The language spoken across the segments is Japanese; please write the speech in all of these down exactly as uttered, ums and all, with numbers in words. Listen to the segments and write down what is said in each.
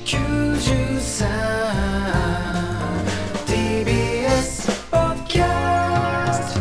きゅうじゅうさん ティービーエス ポッドキャスト。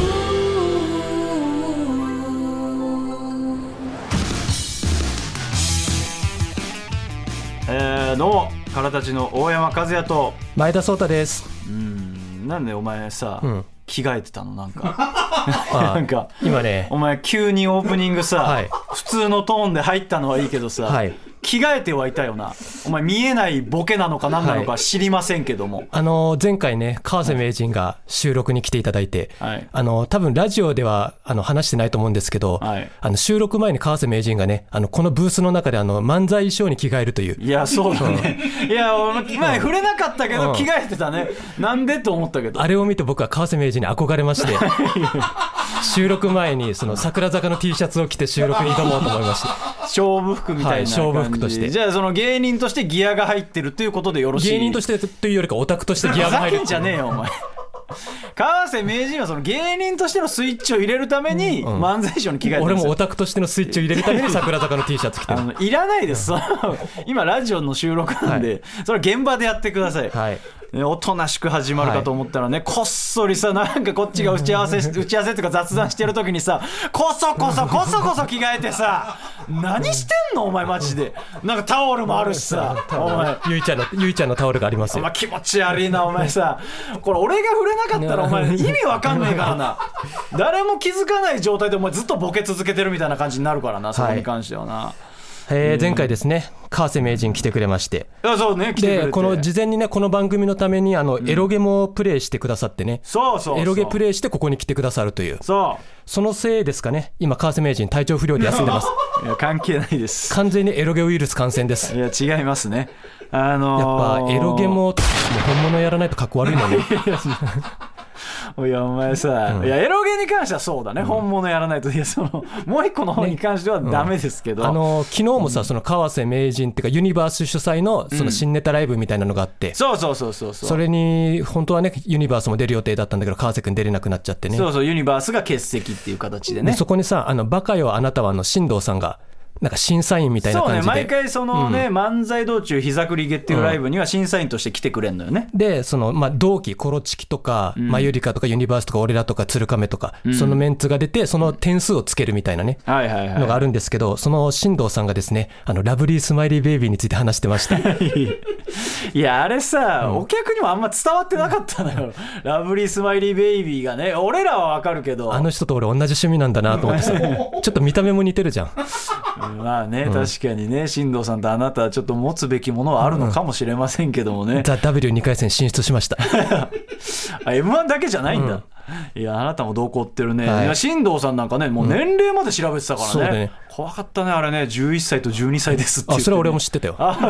えー、どうもからたちの大山和也と前田壮太です。 うーん、なんでお前さ、うん、着替えてたのなんかなんか今ね、 お前急にオープニングさ、はい、普通のトーンで入ったのはいいけどさ、はい、着替えてはいたよな。お前見えないボケなのか何なのか知りませんけども、はい、 あの前回ね川瀬名人が収録に来ていただいて、はい、あの多分ラジオではあの話してないと思うんですけど、はい、あの収録前に川瀬名人がねあのこのブースの中であの漫才衣装に着替えるという。 いやそうだねいや前触れなかったけど、うん、着替えてたね。なんでと思ったけど、 あれを見て僕は川瀬名人に憧れまして収録前にその桜坂の T シャツを着て収録に挑もうと思いました勝負服みたいな感じ、 はい、勝負服として。 じゃあその芸人としてギアが入ってるということでよろしい？ 芸人としてというよりかオタクとしてギアが入る。 ふざけんじゃねえよお前川瀬名人はその芸人としてのスイッチを入れるために漫才師に着替えてるんですよ、うん、 俺もオタクとしてのスイッチを入れるために桜坂の T シャツ着てる。あのいらないです、うん、今ラジオの収録なんで、はい、それは現場でやってください、はい、おとなしく始まるかと思ったらね、はい、こっそりさなんかこっちが打ち合わせ打ち合わせとか雑談してる時にさこそこそこそこそ着替えてさ何してんのお前マジで。なんかタオルもあるしさお前ゆいちゃんのゆいちゃんのタオルがありますよ。 お前気持ち悪いなお前さ。これ俺が触れなかったらお前意味わかんねえからな誰も気づかない状態でお前ずっとボケ続けてるみたいな感じになるからな、そこに関してはな、はい。 えー、前回ですね川瀬名人来てくれまして、 あそうね来てくれて、 でこの事前にねこの番組のためにあのエロゲもプレイしてくださってね、うん、 そうそうそう、 エロゲプレイしてここに来てくださるという、 そうそのせいですかね今川瀬名人体調不良で休んでますいや関係ないです。 完全にエロゲウイルス感染です。 いや違いますね、あのー、 やっぱエロゲももう本物やらないとかっこ悪いのねいやお前さ、うん、いやエロゲに関してはそうだね、うん、本物やらないと。いやそのもう一個の方に関してはダメですけど、ね、 うん、あの昨日もさ、うん、その川瀬名人っていうかユニバース主催のその新ネタライブみたいなのがあって、うん、 そうそうそうそうそう、 それに本当はねユニバースも出る予定だったんだけど川瀬くん出れなくなっちゃってね。 そうそうユニバースが欠席っていう形でね。 でそこにさあのバカよあなたはの進藤さんがなんか審査員みたいな感じで、 そうね毎回そのね、うん、漫才道中膝栗毛っていうライブには審査員として来てくれんのよね、 うん、でその、まあ、同期コロチキとか、うん、マユリカとかユニバースとか俺らとか鶴亀とか、うん、そのメンツが出てその点数をつけるみたいなね、うん、はいはいはい、のがあるんですけど、その進藤さんがですねあのラブリースマイリーベイビーについて話してましたいやあれさ、うん、お客にもあんま伝わってなかったのよラブリースマイリーベイビーがね。俺らはわかるけどあの人と俺同じ趣味なんだなと思ってさちょっと見た目も似てるじゃんまあね、うん、確かにね進藤さんとあなたはちょっと持つべきものはあるのかもしれませんけどもね、うん、 ザ・ ダブリューに 回戦進出しましたあ エムワン だけじゃないんだ、うん、いやあなたもどうこうってるね、はい、いや進藤さんなんかねもう年齢まで調べてたからね、うん、そうだね怖かったねあれね。じゅういっさいとじゅうにさいですって言って、ね、 あそれは俺も知ってたよ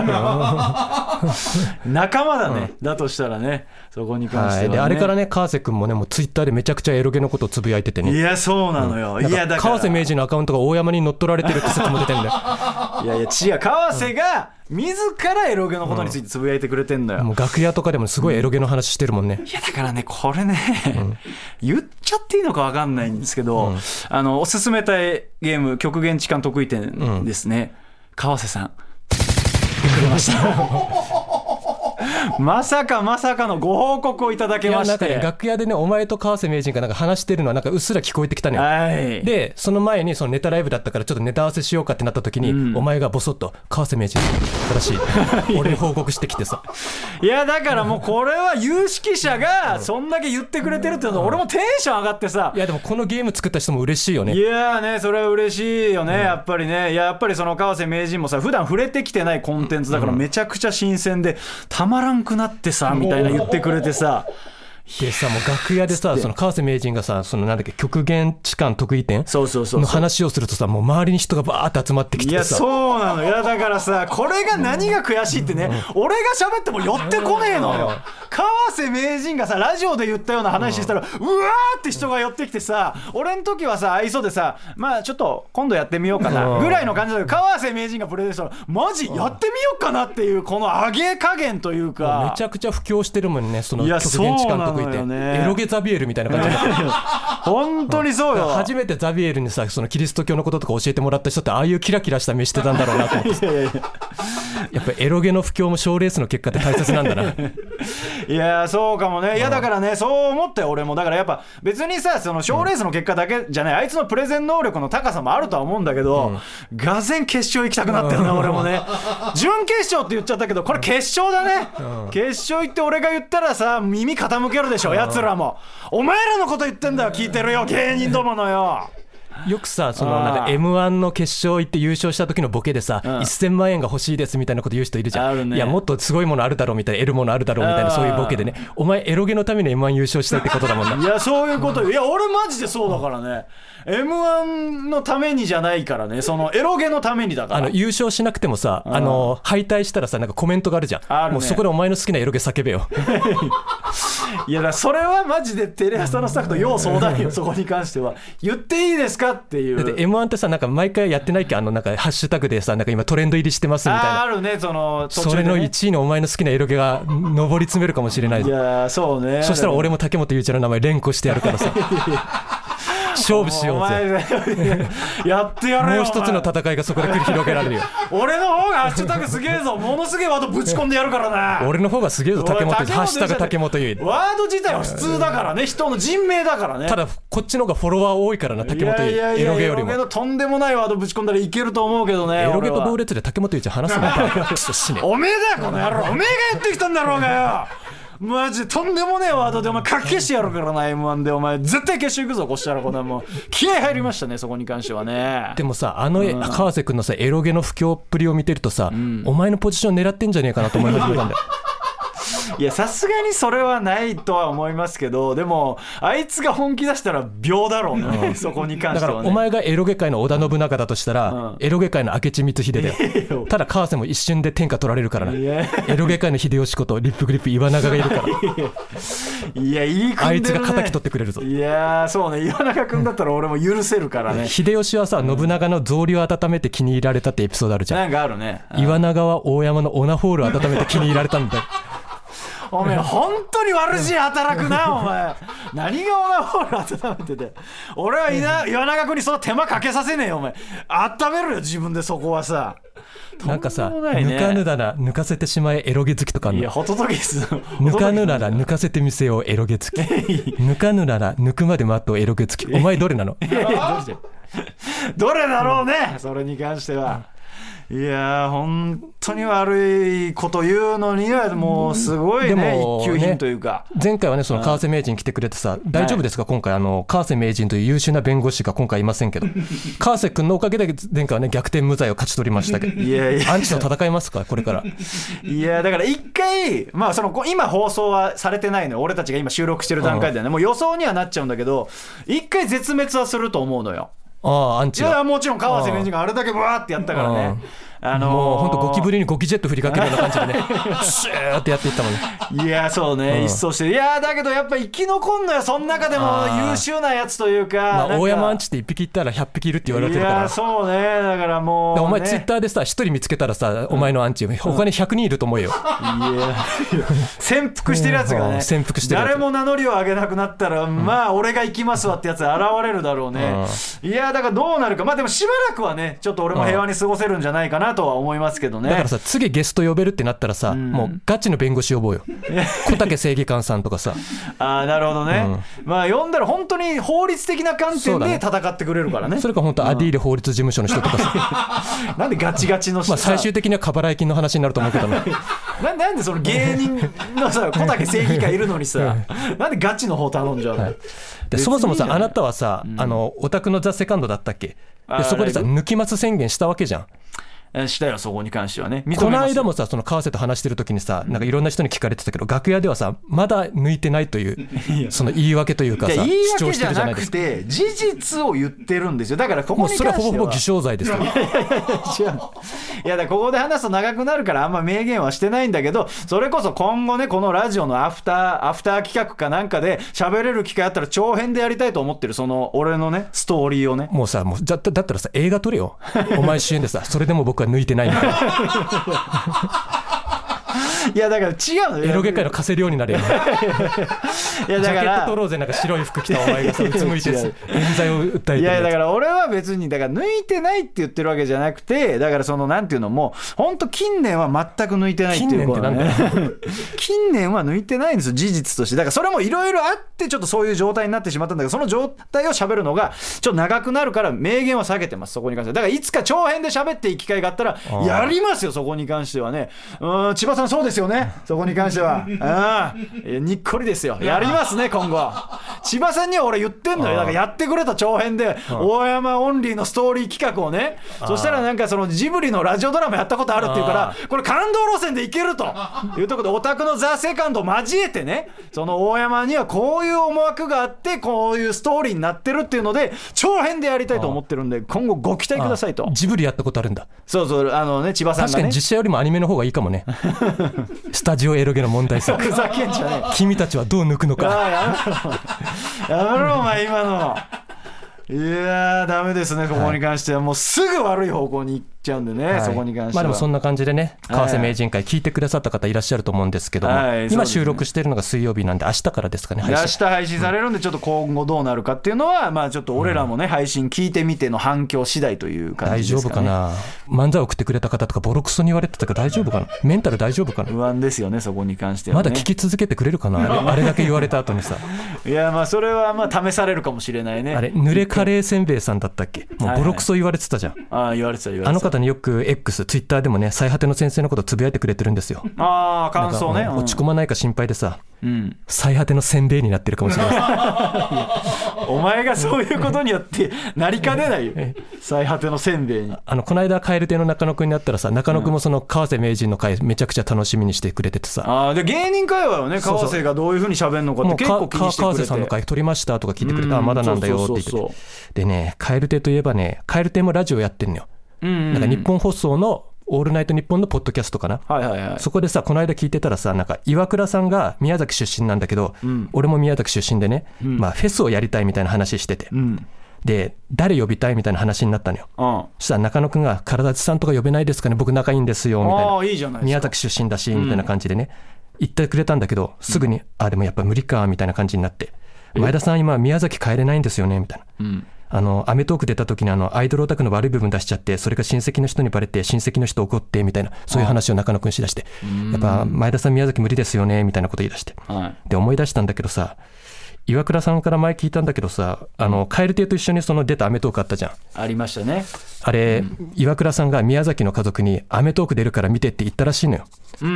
仲間だね、うん、だとしたらねそこに関しては、ね、はい、であれからね川瀬くんもねもうツイッターでめちゃくちゃエロゲのことをつぶやいててね。 いやそうなのよ、うん、いやだから川瀬名人のアカウントが大山に乗っ取られてるって説も出てるんだよいやいや違う川瀬が自らエロゲのことについてつぶやいてくれてんのよ、 うん、もう楽屋とかでもすごいエロゲの話してるもんね、 うん、いやだからねこれね、うん、言っちゃっていいのか分かんないんですけど、うん、あのおすすめたいゲーム極限痴漢得意点ですね、うん、川瀬さん言ってくれましたまさかまさかのご報告をいただけまして、いやなんか、ね、 楽屋でねお前と川瀬名人がなんか話してるのはなんかうっすら聞こえてきたのよ、はい、でその前にそのネタライブだったからちょっとネタ合わせしようかってなった時に、うん、お前がボソッと川瀬名人らしい俺に報告してきてさいやだからもうこれは有識者がそんだけ言ってくれてるっていうの俺もテンション上がってさ、 いやでもこのゲーム作った人も嬉しいよね。 いやねそれは嬉しいよね、うん、やっぱりね。いややっぱりその川瀬名人もさ普段触れてきてないコンテンツだからめちゃくちゃ新鮮でたまらんくなってさみたいな言ってくれてさ、 でさもう楽屋でさその川瀬名人がさそのなんだっけ極限痴漢得意点の話をするとさもう周りに人がバーって集まってきてさ。 いやそうなの。いやだからさこれが何が悔しいってね、うん、俺が喋っても寄ってこねえのよ。川瀬名人がさラジオで言ったような話したら、うん、うわーって人が寄ってきてさ、俺の時はさ愛想でさまあちょっと今度やってみようかなぐらいの感じだけど、川瀬名人がプレゼンしたらマジやってみようかなっていうこの上げ加減というかめちゃくちゃ布教してるもんねその極限痴漢得意点、ね、エロゲザビエルみたいな感じで本当にそうよ。 初めてザビエルにさそのキリスト教のこととか教えてもらった人ってああいうキラキラした目してたんだろうなと思っていやいやいややっぱエロゲの不況も賞レースの結果って大切なんだな。 いやそうかもね。いやだからね、そう思ったよ俺も。だからやっぱ別にさ、その賞レースの結果だけじゃない、あいつのプレゼン能力の高さもあるとは思うんだけど、うん、がぜん決勝行きたくなったよな、俺もね。準決勝って言っちゃったけど、これ決勝だね、うん、決勝行って俺が言ったらさ、耳傾けるでしょ、やつらも。お前らのこと言ってんだよ、聞いてるよ芸人どものよ。 よくさ、そのなんか エムワン の決勝行って優勝した時のボケでさ、うん、せんまんえんが欲しいですみたいなこと言う人いるじゃん、ね、いやもっとすごいものあるだろうみたいな、得るものあるだろうみたいな、そういうボケでね、お前エロゲのために エムワン 優勝したいってことだもんな。 いやそういうことよ。いや俺マジでそうだからね、 エムワン のためにじゃないからね、そのエロゲのためにだから。 あの優勝しなくてもさ、あの敗退したらさ、なんかコメントがあるじゃん、あるね、もうそこでお前の好きなエロゲ叫べよ。 いやだそれはマジでテレ朝のスタッフと要相談よ。そこに関しては言っていいですかっていう。 だって エムワン ってさ、なんか毎回やってないっけ、あのなんかハッシュタグでさ、なんか今トレンド入りしてますみたいな。 あ, あるね、その途中でね、それのいちいのお前の好きなエロゲが上り詰めるかもしれない。 いやそうね。 そしたら俺も竹本祐一の名前連呼してやるからさ。勝負しようぜ。 やってやれよ。 もう一つの戦いがそこで繰り広げられるよ。 俺の方がハッシュタグすげえぞ。ものすげえワードぶち込んでやるからな。 俺の方がすげえぞ、竹本。ハッシュタグ竹本優。 ワード自体は普通だからね、人の人名だからね。 ただこっちの方がフォロワー多いからな、竹本優。エロゲよりも。 エロゲのとんでもないワードぶち込んだらいけると思うけどね。 エロゲと同列で竹本優ちゃん話すのか。 おめえだよこの野郎。おめえがやってきたんだろうがよ。マジとんでもねえワードでお前かき消してやるからな。 エムワン でお前絶対決勝行くぞ。こうしたらこれもう気合入りましたね、そこに関してはね。 でもさ、あの、うん、川瀬君のさエロゲの不況っぷりを見てるとさ、うん、お前のポジション狙ってんじゃねえかなと思い始めたんだよ。 いやさすがにそれはないとは思いますけど、でもあいつが本気出したら秒だろうね、うん、そこに関しては、ね、 だからお前がエロゲ界の織田信長だとしたら、うん、エロゲ界の明智光秀だよ。ただ川瀬も一瞬で天下取られるからな。エロゲ界の秀吉ことリップグリップ岩永がいるから。 いやいい組んでるね。 あいつが敵取ってくれるぞ。 いやそうね、岩永君だったら俺も許せるからね。 秀吉はさ、信長の草履を温めて気に入られたってエピソードあるじゃん。 なんかあるね。 岩永は大山のオナホールを温めて気に入られたんだよ。 お前本当に悪知恵働くなお前。何がオナホール温めてて、俺は岩永君にその手間かけさせねえよお前。温めるよ自分でそこはさ。 なんかさ、抜かぬなら抜かせてしまえエロゲ好きとかあるの。 いやホトトギス。 抜かぬなら抜かせてみせようエロゲ好き。抜かぬなら抜くまで待とうエロゲ好き。お前どれなの？ どれだろうね、それに関しては。いや本当に悪いこと言うのにはもうすごいね、一級品というか。 前回はね、その川瀬名人来てくれてさ、大丈夫ですか今回、あの川瀬名人という優秀な弁護士が今回いませんけど、川瀬君のおかげで前回はね逆転無罪を勝ち取りましたけど。いやいや、アンチと戦いますかこれから。 いやだから一回、まあその今放送はされてないのよ、俺たちが今収録してる段階ではね、もう予想にはなっちゃうんだけど、一回絶滅はすると思うのよ。 ああ、アンチは。 いやもちろん川瀬名人があれだけブワーってやったからね、 あのー、もう本当ゴキブリにゴキジェット振りかけるような感じでねシューってやっていったもんね。 いやそうね、うん、一掃して。いやだけどやっぱ生き残んのよ、その中でも優秀なやつというか、 まあ、大山アンチっていっぴきいったらひゃっぴきいるって言われてるから。 いやそうね、だからもう、ね、 お前ツイッターでさひとり見つけたらさ、お前のアンチ他にひゃくにんいると思うよ、うん、いや潜伏してるやつがね、 潜伏してるやつ、 誰も名乗りを上げなくなったら、うん、まあ俺が行きますわってやつ現れるだろうね、うん、いやだからどうなるか。まあでもしばらくはねちょっと俺も平和に過ごせるんじゃないかなとは思いますけどね。 だからさ、次ゲスト呼べるってなったらさ、うん、もうガチの弁護士呼ぼうよ。小竹正義官さんとかさ。 ああなるほどね、うん、まあ呼んだら本当に法律的な観点で戦ってくれるからね。 そ, ねそれか本当アディーレ法律事務所の人とかさ。 なんでガチガチの人、 まあ、最終的には過払い金の話になると思うけどね。 な, なんでその芸人のさ小竹正義官いるのにさなんでガチの方頼んじゃうの、はい、 でそもそもさあなたはさ、うん、あのオタクのザ・セカンドだったっけで、そこでさ抜きます宣言したわけじゃん。 したよ、そこに関してはね。 この間もさ、その川瀬と話してる時にさ、なんかいろんな人に聞かれてたけど、楽屋ではさまだ抜いてないというその言い訳というかさ、 言い訳じゃなくて事実を言ってるんですよ。だからここに関してはもうそれはほぼほぼ偽証罪ですよ。いやいやいや違う。いやだからここで話すと長くなるからあんま明言はしてないんだけど、それこそ今後ねこのラジオのアフターアフター企画かなんかで喋れる機会あったら長編でやりたいと思ってる、その俺のねストーリーをね。 もうさ、もうだだったらさ映画撮れよ。お前主演でさ、それでも僕は抜いてないみたいな。 いやだから違うのよ。 エロゲ界の稼量になるよね。 いやだからジャケット取ろうぜなんか白い服着たお前がさうつむいて冤罪を訴えてる。 いやだから俺は別にだから抜いてないって言ってるわけじゃなくて、だからそのなんていうのも本当近年は全く抜いてないっていうことね。近年は抜いてないんですよ事実として。だからそれもいろいろあってちょっとそういう状態になってしまったんだけど、その状態を喋るのがちょっと長くなるから明言は避けてます、そこに関しては。だからいつか長編で喋っていい機会があったらやりますよ、そこに関してはね。うん、千葉さんそうですよね、そこに関しては。あにっこりですよ、やりますね今後。千葉さんには俺言ってんのよ、だからやってくれた長編で大山オンリーのストーリー企画をね。そしたらなんかそのジブリのラジオドラマやったことあるっていうから、これ感動路線でいけるというところでオタクのザ・セカンドを交えてね、その大山にはこういう思惑があってこういうストーリーになってるっていうので長編でやりたいと思ってるんで、今後ご期待くださいと。 ジブリやったことあるんだ。 そうそう、あのね、千葉さんがね、 確かに実写よりもアニメの方がいいかもね。スタジオエロゲの問題作。 ふざけんじゃねえ、 君たちはどう抜くのか。 あやめろやめろお前今の。いやーダメですね、ここに関してはもうすぐ悪い方向に行っちゃうんでね、はい、そこに関しては。まあでもそんな感じでね、為替名人会聞いてくださった方いらっしゃると思うんですけども、はい、今収録しているのが水曜日なんで明日からですかね、 配信。明日配信されるんで、ちょっと今後どうなるかっていうのは、まあちょっと俺らもね、配信聞いてみての反響次第という感じですかね。 大丈夫かな。漫才送ってくれた方とかボロクソに言われてたから大丈夫かな。メンタル大丈夫かな。 不安ですよね、そこに関しては、ね。 まだ聞き続けてくれるかな。あれ、あれだけ言われた後にさ。 いやまあそれはまあ試されるかもしれないね。 あれ濡れカレーせんべいさんだったっけ。もうボロクソ言われてたじゃん。はいはい、 あ言われてた言われてた。 あの方によく X、ツイッターでもね、最果ての先生のことつぶやいてくれてるんですよ。 ああ感想ね。 落ち込まないか心配でさ、 うん、 最果てのせんべいになってるかもしれない。 お前がそういうことによってなりかねないよ。最果てのせんべいに。 あのこの間蛙亭の中野くんに会ったらさ、中野くんもその川瀬名人の回めちゃくちゃ楽しみにしてくれててさ。 あで芸人会話をね、川瀬がどういう風に喋るのかって結構気にしてくれて。 川瀬さんの回撮りましたとか聞いてくれた。あまだなんだよって言ってて。そうそうそうそう。でね、蛙亭といえばね、蛙亭もラジオやってんのよ。うんうんうん、なんか日本放送のオールナイトニッポンのポッドキャストかな、はいはいはい、そこでさこの間聞いてたらさ、なんか岩倉さんが宮崎出身なんだけど、うん、俺も宮崎出身でね、うん、まあフェスをやりたいみたいな話してて、うん、で誰呼びたいみたいな話になったのよ、うん、そしたら中野くんが唐立さんとか呼べないですかね、僕仲いいんですよみたいな、 いいじゃないですか、 宮崎出身だしみたいな感じでね、うん、言ってくれたんだけど、すぐに、うん、あでもやっぱ無理かみたいな感じになって、前田さん今宮崎帰れないんですよねみたいな、うんあのアメトーク出た時にあのアイドルオタクの悪い部分出しちゃって、それが親戚の人にバレて親戚の人怒ってみたいな、そういう話を中野くんしだして、やっぱ前田さん宮崎無理ですよねみたいなこと言い出して、はい、で思い出したんだけどさ、岩倉さんから前聞いたんだけどさ、あの蛙亭と一緒にその出たアメトークあったじゃん。 ありましたね。 あれ、うん、岩倉さんが宮崎の家族にアメトーク出るから見てって言ったらしいのよ。うん、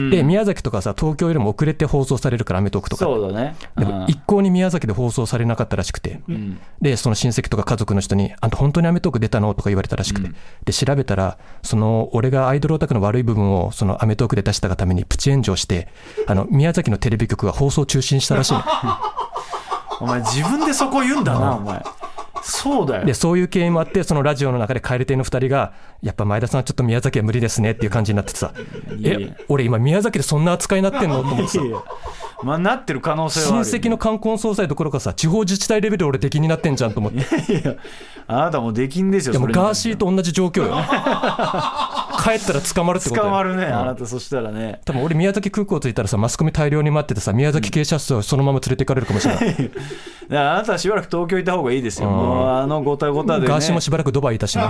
で宮崎とかさ東京よりも遅れて放送されるからアメトークとか。 そうだね。 でも一向に宮崎で放送されなかったらしくて、うん、でその親戚とか家族の人にあんた本当にアメトーク出たのとか言われたらしくて、うん、で調べたらその俺がアイドルオタクの悪い部分をそのアメトークで出したがためにプチ炎上して、あの宮崎のテレビ局が放送中止にしたらしいの。 お前自分でそこ言うんだな、お前。そうだよ。 でそういう経緯もあって、そのラジオの中で蛙亭のふたりがやっぱ前田さんはちょっと宮崎は無理ですねっていう感じになっててさ、いやいやえ俺今宮崎でそんな扱いになってんのと思ってさ、いやいやまあ、なってる可能性はある、ね、 親戚の冠婚葬祭どころかさ地方自治体レベルで俺出禁になってんじゃんと思って。 いやいやあなたも出禁ですよ。 でもガーシーと同じ状況よ。帰ったら捕まるってことだよ。 捕まるね、あなた。そしたらね、 多分俺宮崎空港着いたらさマスコミ大量に待っててさ、宮崎警察署をそのまま連れていかれるかもしれない。 だからあなたはしばらく東京行った方がいいですよ、うん、もうあのごたごたでね。 ガーシーもしばらくドバイいたしな。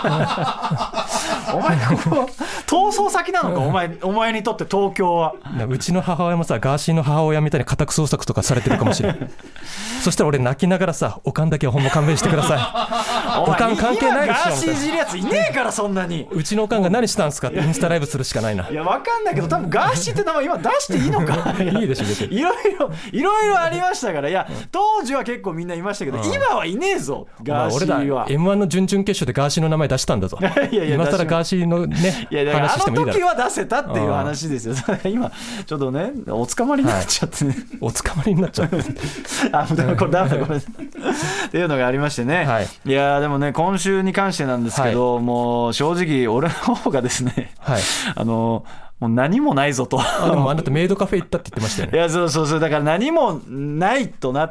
お前ここ逃走先なのか、お前お前にとって東京は。 うちの母親もさガーシーの母親みたいに家宅捜索とかされてるかもしれない。そしたら俺泣きながらさ、おかんだけはほんま勘弁してください。おかん関係ないでしょ。 ガーシーいじるやついねえからそんなに。 うちのおかんが何したんすかってインスタライブするしかないな。 いやわかんないけど、多分ガーシーって名前今出していいのか。 いいでしょ別に。 いろいろいろいろありましたから。いや当時は結構みんないましたけど、うん、今はいねえぞガーシーは。 まあ、俺だ エムワン の準々決勝でガーシーの名前出したんだぞ。いやいや今更ガーシーのね、 いやだからあの時は出せたっていう話ですよ。今ちょっとねお捕まりになっちゃってね、はい、 お捕まりになっちゃってあでもこれダメだごめんっていうのがありましてね、はい、いやでもね今週に関してなんですけど、はい、もう正直俺の方がですね、はい、あのもう何もないぞと。 あでもあなたメイドカフェ行ったって言ってましたよね。 いやそうそうそう、だから何もないとなって、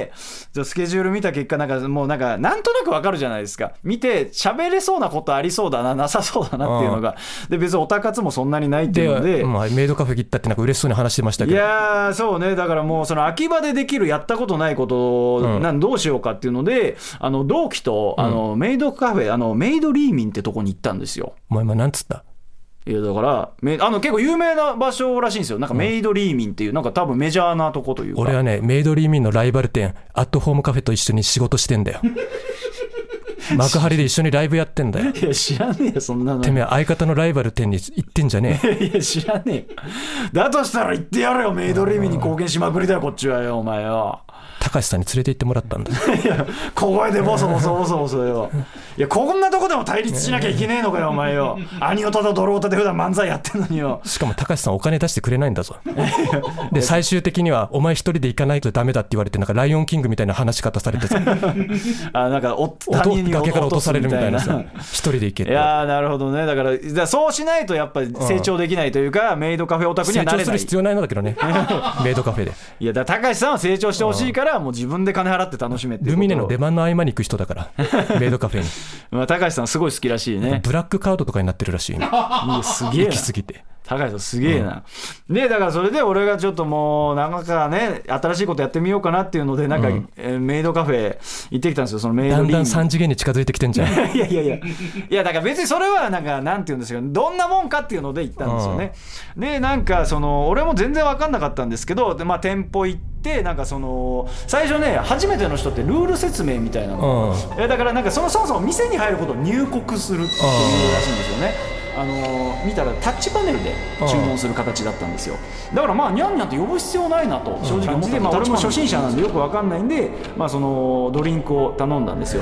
うん、スケジュール見た結果なんかもうなんかなんとなくわかるじゃないですか。見て喋れそうなことありそうだななさそうだなっていうのが、うん、で別にオタ活もそんなにないっていうので、 まあ、メイドカフェ行ったってなんか嬉しそうに話してましたけど。 いやそうね、だからもうその秋葉でできるやったことないことを、うん、なんどうしようかっていうので、あの同期とあのメイドカフェ、あのメイドリーミンってとこに行ったんですよ。 お前今なんつった？ いやだからあの結構有名な場所らしいんですよ。なんかメイドリーミンっていうなんか多分メジャーなとこというか。 俺はねメイドリーミンのライバル店アットホームカフェと一緒に仕事してんだよ。幕張で一緒にライブやってんだよ。 いや知らねえよそんなの。 てめえ相方のライバル店に行ってんじゃねえ。いや知らねえよ。だとしたら行ってやれよ。メイドリーミンに貢献しまくりだよこっちはよお前よ。 高橋さんに連れて行ってもらったんだ。 いや小声でボソボソボソボソよ。いやこんなとこでも対立しなきゃいけねえのかよお前よ。兄オタとドロオタで普段漫才やってんのによ。 しかも高橋さんお金出してくれないんだぞ。で最終的にはお前一人で行かないとダメだって言われてなんかライオンキングみたいな話し方されてさあなんかお他人に崖から落とされるみたいなさ一人で行けって。 いやなるほどね。だからだからそうしないとやっぱり成長できないというか、うん、メイドカフェオタクにはなれない。 成長する必要ないんだけどねメイドカフェで。 いやだから高橋さんは成長してほしいからもう自分で金払って楽しめっていうこと。 ルミネの出番の合間に行く人だからメイドカフェにまあ高橋さんすごい好きらしいね。 ブラックカードとかになってるらしいね。いやすげえな。 行き過ぎて高橋さんすげえな、うん、でだからそれで俺がちょっともうなんかね新しいことやってみようかなっていうのでなんか、うんえー、メイドカフェ行ってきたんですよ。そのメイドリーミン。 だんだんさん次元に近づいてきてんじゃん。 いやいやいやいやだから別にそれはなんかなんていうんですかどんなもんかっていうので行ったんですよね、うん、でなんかその俺も全然分かんなかったんですけどで、まあ、店舗行ってなんかその最初ね初めての人ってルール説明みたいなの、うん、だからなんかそのそもそも店に入ることを入国するっていうらしいんですよね。あの見たらタッチパネルで注文する形だったんですよ。だからまあニャンニャンって呼ぶ必要ないなと正直思って、まあ、俺も初心者なんでよく分かんないんで、まあ、そのドリンクを頼んだんですよ。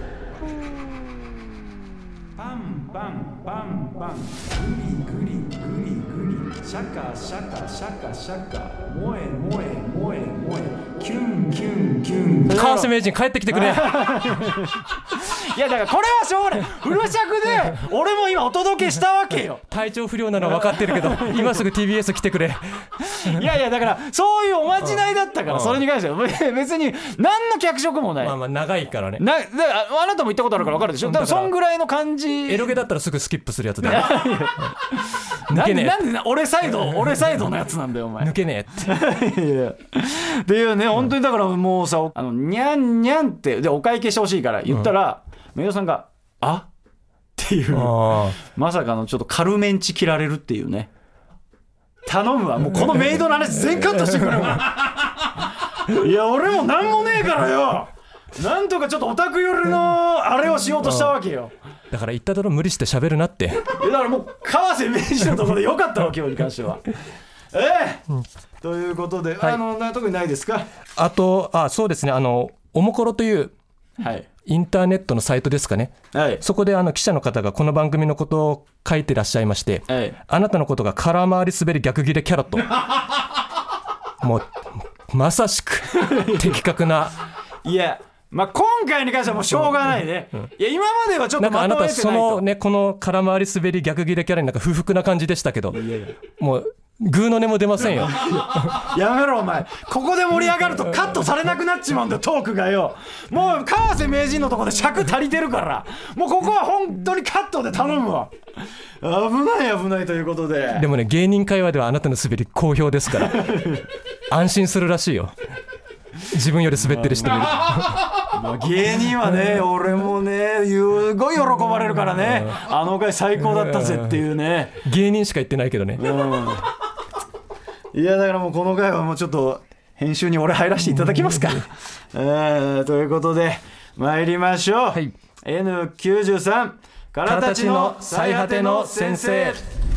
パンパンパンパングリグリグリグリシャカシャカシャカシャカ萌え萌え萌え萌えキュンキュンキュン。 川瀬名人帰ってきてくれ。 いやだからこれはしょうがない。フル尺で俺も今お届けしたわけよ。 体調不良なのは分かってるけど今すぐ ティービーエス 来てくれ。 いやいやだからそういうおまじないだったからそれに関しては別に何の脚色もない。 まあまあ長いからね。 なだあなたも言ったことあるから分かるでしょ。多分そんぐらいの感じ。 エロゲだったらすぐスキップするやつだよ。 抜けねえ。なんで俺サイド俺サイドのやつなんだよお前。 抜けねえって。いやっていうね本当にだからもうさあのニャンニャンってでお会計してほしいから言ったら、うん、メイドさんがあっていうまさかのちょっと軽メンチ切られるっていうね。頼むわもうこのメイドの話全カットしてくれわ。いや俺もなんもねえからよ。なんとかちょっとオタク寄りのあれをしようとしたわけよ。 だから言っただろ無理して喋るなって。いやだからもう川瀬名人のところでよかったわ今日に関しては。ええ、うん、ということで、はい、あの特にないですか。 あとあそうですねあのおもころという、はい、インターネットのサイトですかね、はい、そこであの記者の方がこの番組のことを書いてらっしゃいまして、はい、あなたのことが空回り滑り逆ギレキャラともうまさしく的確な。 いやまあ、今回に関してはもうしょうがないね、うんうん、いや今まではちょっとまとめてないと。なんかあなたそのねこの空回り滑り逆ギレキャラになんか不服な感じでしたけど、いやいやもうグーの音も出ませんよ。やめろお前ここで盛り上がるとカットされなくなっちまうんだよトークがよ。もう川瀬名人のところで尺足りてるからもうここは本当にカットで頼むわ。危ない危ないということで。 でもね芸人会話ではあなたの滑り好評ですから安心するらしいよ自分より滑ってる人見ると。 まあ芸人はね俺もねすごい喜ばれるからねあの回最高だったぜっていうね。 芸人しか言ってないけどね、うん、 いやだからもうこの回はもうちょっと編集に俺入らせていただきますか。えー、ということで参りましょう、はい、エヌきゅうじゅうさん からたちの最果ての先生。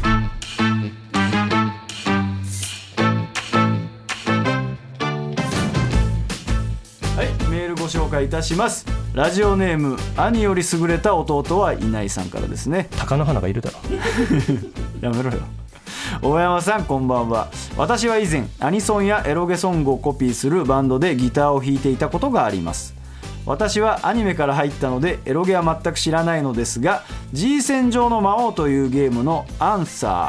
ご紹介いたします。ラジオネーム兄より優れた弟はいないさんからですね。 貴乃花がいるだろやめろよ。大山さんこんばんは。私は以前アニソンやエロゲソングをコピーするバンドでギターを弾いていたことがあります。私はアニメから入ったのでエロゲは全く知らないのですが G 戦場の魔王というゲームのアンサー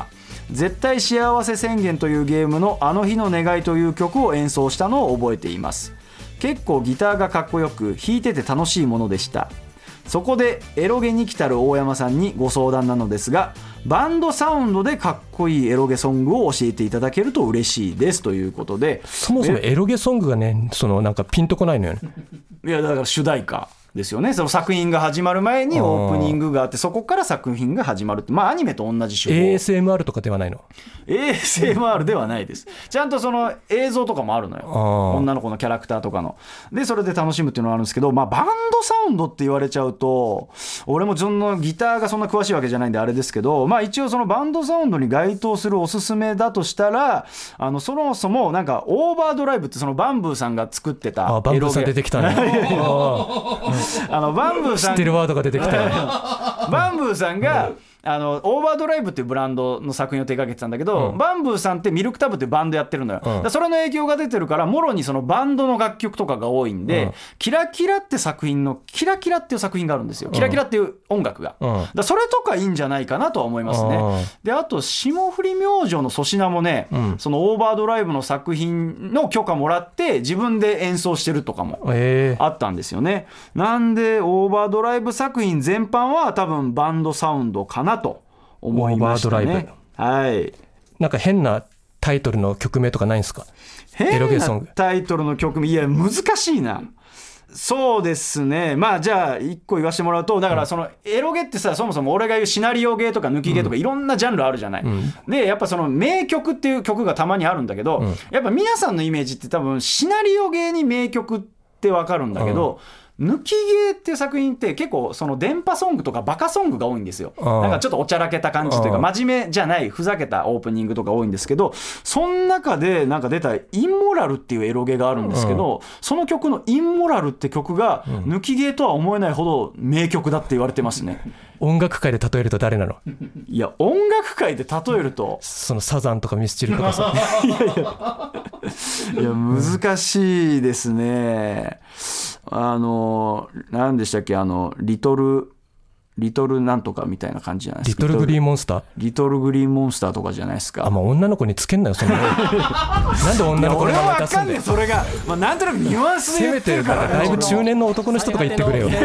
絶対幸せ宣言というゲームのあの日の願いという曲を演奏したのを覚えています。結構ギターがかっこよく弾いてて楽しいものでした。そこでエロゲに来たる大山さんにご相談なのですが、バンドサウンドでかっこいいエロゲソングを教えていただけると嬉しいですということで、 そもそもエロゲソングがね、そのなんかピンとこないのよね。 いやだから主題歌ですよね。その作品が始まる前にオープニングがあって、そこから作品が始まるって、まあアニメと同じ手法。 エーエスエムアール とかではないの？ エーエスエムアール ではないです。ちゃんとその映像とかもあるのよ、女の子のキャラクターとかの。でそれで楽しむっていうのがあるんですけど、まあバンドサウンドって言われちゃうと、俺もそのギターがそんな詳しいわけじゃないんであれですけど、まあ一応そのバンドサウンドに該当するおすすめだとしたら、あのそもそもなんかオーバードライブってそのバンブーさんが作ってたエロゲ。 あ、バンブーさん出てきたね。 あのバンブーさん、 知ってるワードが出てきたよね。 バンブーさんがあのオーバードライブっていうブランドの作品を手掛けてたんだけど、うん、バンブーさんってミルクタブっていうバンドやってるのよ、うん、だそれの影響が出てるから、もろにそのバンドの楽曲とかが多いんで、うん、キラキラって作品のキラキラっていう作品があるんですよ。キラキラっていう音楽が、うん、だそれとかいいんじゃないかなとは思いますね、うん、であと霜降り明星の粗品もね、うん、そのオーバードライブの作品の許可もらって自分で演奏してるとかもあったんですよね、えー、なんでオーバードライブ作品全般は多分バンドサウンドかなと思いましたね。はい。 なんか変なタイトルの曲名とかないんですか？ 変なタイトルの曲名、いや難しいな。そうですね。まあじゃあ一個言わせてもらうと、だからそのエロゲってさ、そもそも俺が言うシナリオゲーとか抜きゲーとかいろんなジャンルあるじゃない、うん、でやっぱその名曲っていう曲がたまにあるんだけど、うん、やっぱ皆さんのイメージって多分シナリオゲーに名曲って分かるんだけど、うん、抜きゲーっていう作品って結構その電波ソングとかバカソングが多いんですよ。なんかちょっとおちゃらけた感じというか真面目じゃないふざけたオープニングとか多いんですけど、その中でなんか出たインモラルっていうエロゲがあるんですけど、その曲のインモラルって曲が抜きゲーとは思えないほど名曲だって言われてますね。 音楽界で例えると誰なの？ いや音楽界で例えるとそのサザンとかミスチルとかさいやいやいや難しいですね。あの何でしたっけ、あのリトルリトルなんとかみたいな感じじゃないですか。 リトルグリーンモンスターリトルグリーンモンスターとかじゃないですか。 あ、まあ、女の子につけんなよそのなんで女の子の名前出すんだよ。 それが、まあ、なんとなくニュアンスで言ってるから、 せめてだいぶ中年の男の人とか言ってくれよ。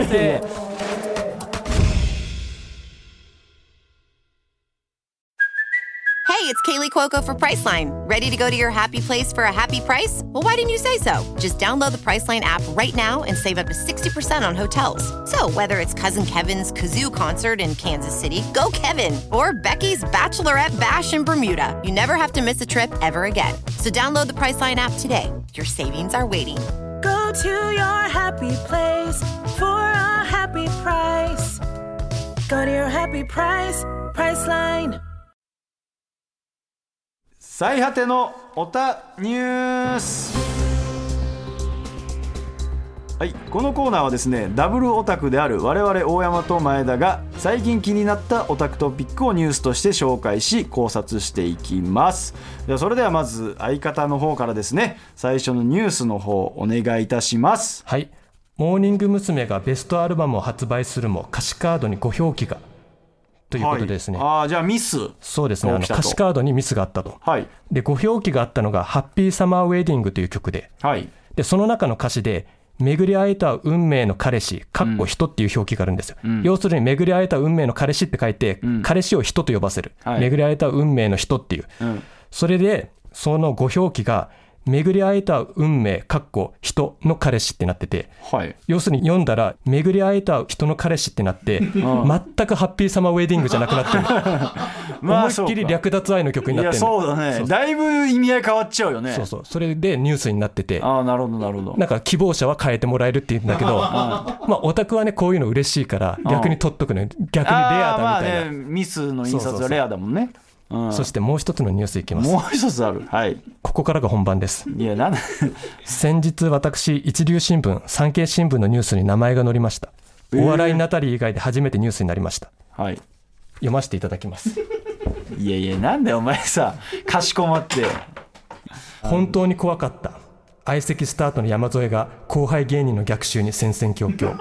Hey, it's Kaylee Cuoco for Priceline. Ready to go to your happy place for a happy price? Well, why didn't you say so? Just download the Priceline app right now and save up to sixty percent on hotels. So whether it's Cousin Kevin's Kazoo Concert in Kansas City, go Kevin, or Becky's Bachelorette Bash in Bermuda, you never have to miss a trip ever again. So download the Priceline app today. Your savings are waiting. Go to your happy place for a happy price. Go to your happy price, Priceline. 最果てのオタニュース。はい、このコーナーはですね、ダブルオタクである我々大山と前田が最近気になったオタクトピックをニュースとして紹介し考察していきます。ではそれではまず相方の方からですね、最初のニュースの方お願いいたします。 はい、モーニング娘。がベストアルバムを発売するも歌詞カードにご表記がということですね。 はい、あ、じゃあミス。 そうですね、あの歌詞カードにミスがあったと、はい、でご表記があったのがハッピーサマーウェディングという曲で、はい、でその中の歌詞で巡り会えた運命の彼氏かっこ人っていう表記があるんですよ、うん、要するに巡り会えた運命の彼氏って書いて、うん、彼氏を人と呼ばせる、はい、巡り会えた運命の人っていう、うん、それでそのご表記が巡り会えた運命かっこ人の彼氏ってなってて、はい、要するに読んだら巡り会えた人の彼氏ってなって全くハッピーサマーウェディングじゃなくなってるまあ、思いっきり略奪愛の曲になってる。いやそうだね、そうそう、 だいぶ意味合い変わっちゃうよね。 そうそう、それでニュースになってて、 あ、なるほどなるほど、 なんか希望者は変えてもらえるって言うんだけどまあオタクはねこういうの嬉しいから逆に取っとくね、逆にレアだみたいな、 まあね、ミスの印刷はレアだもんね。 うん、そしてもう一つのニュースいきます。 もう一つある、はい、 ここからが本番です。 いやなん先日私一流新聞産経新聞のニュースに名前が載りました。お笑いナタリー以外で初めてニュースになりました、はい、読ませていただきます。 いやいやなんでお前さかしこまって。 本当に怖かった。相席スタートの山添が後輩芸人の逆襲に戦々恐々。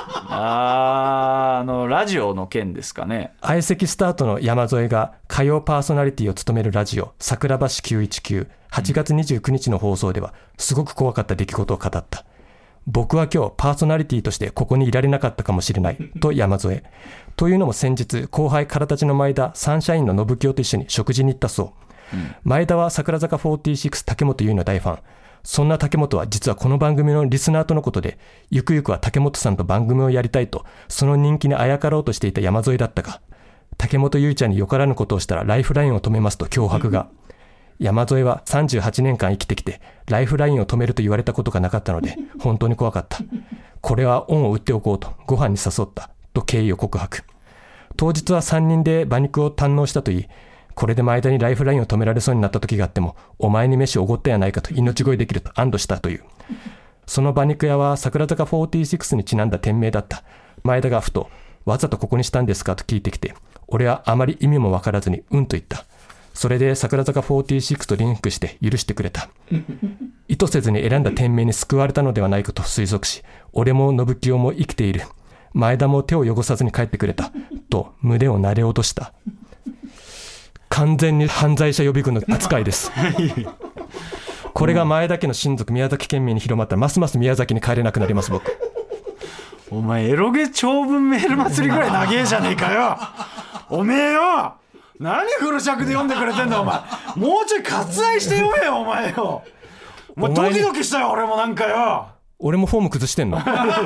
あ, あのラジオの件ですかね。 相席スタートの山添が火曜パーソナリティを務めるラジオ桜橋きゅういちきゅう、はちがつにじゅうくにちの放送ではすごく怖かった出来事を語った。僕は今日パーソナリティとしてここにいられなかったかもしれないと山添。というのも先日後輩からたちの前田サンシャインの信清と一緒に食事に行ったそう、うん、前田は桜坂フォーティーシックス竹本結の大ファン。そんな竹本は実はこの番組のリスナーとのことで、ゆくゆくは竹本さんと番組をやりたいとその人気にあやかろうとしていた山添だったが、竹本結ちゃんによからぬことをしたらライフラインを止めますと脅迫が。山添はさんじゅうはちねんかん生きてきてライフラインを止めると言われたことがなかったので本当に怖かった。これは恩を売っておこうとご飯に誘ったと経緯を告白。当日はさんにんで馬肉を堪能したといい、これで前田にライフラインを止められそうになった時があってもお前に飯をおごったやないかと命乞いできると安堵したという。その馬肉屋は桜坂フォーティーシックスにちなんだ店名だった。前田がふとわざとここにしたんですかと聞いてきて、俺はあまり意味もわからずにうんと言った。それで桜坂フォーティーシックスとリンクして許してくれた。意図せずに選んだ店名に救われたのではないかと推測し、俺も信清も生きている、前田も手を汚さずに帰ってくれたと胸をなで落とした。完全に犯罪者予備軍の扱いですこれが前田家の親族宮崎県民に広まったらますます宮崎に帰れなくなります。僕お前エロゲ長文メール祭りぐらい長えじゃねえかよおめえよ、何フル尺で読んでくれてんだお前。もうちょい割愛して読めよお前よ。お前ドキドキしたよ俺もなんかよ。 俺もフォーム崩してんの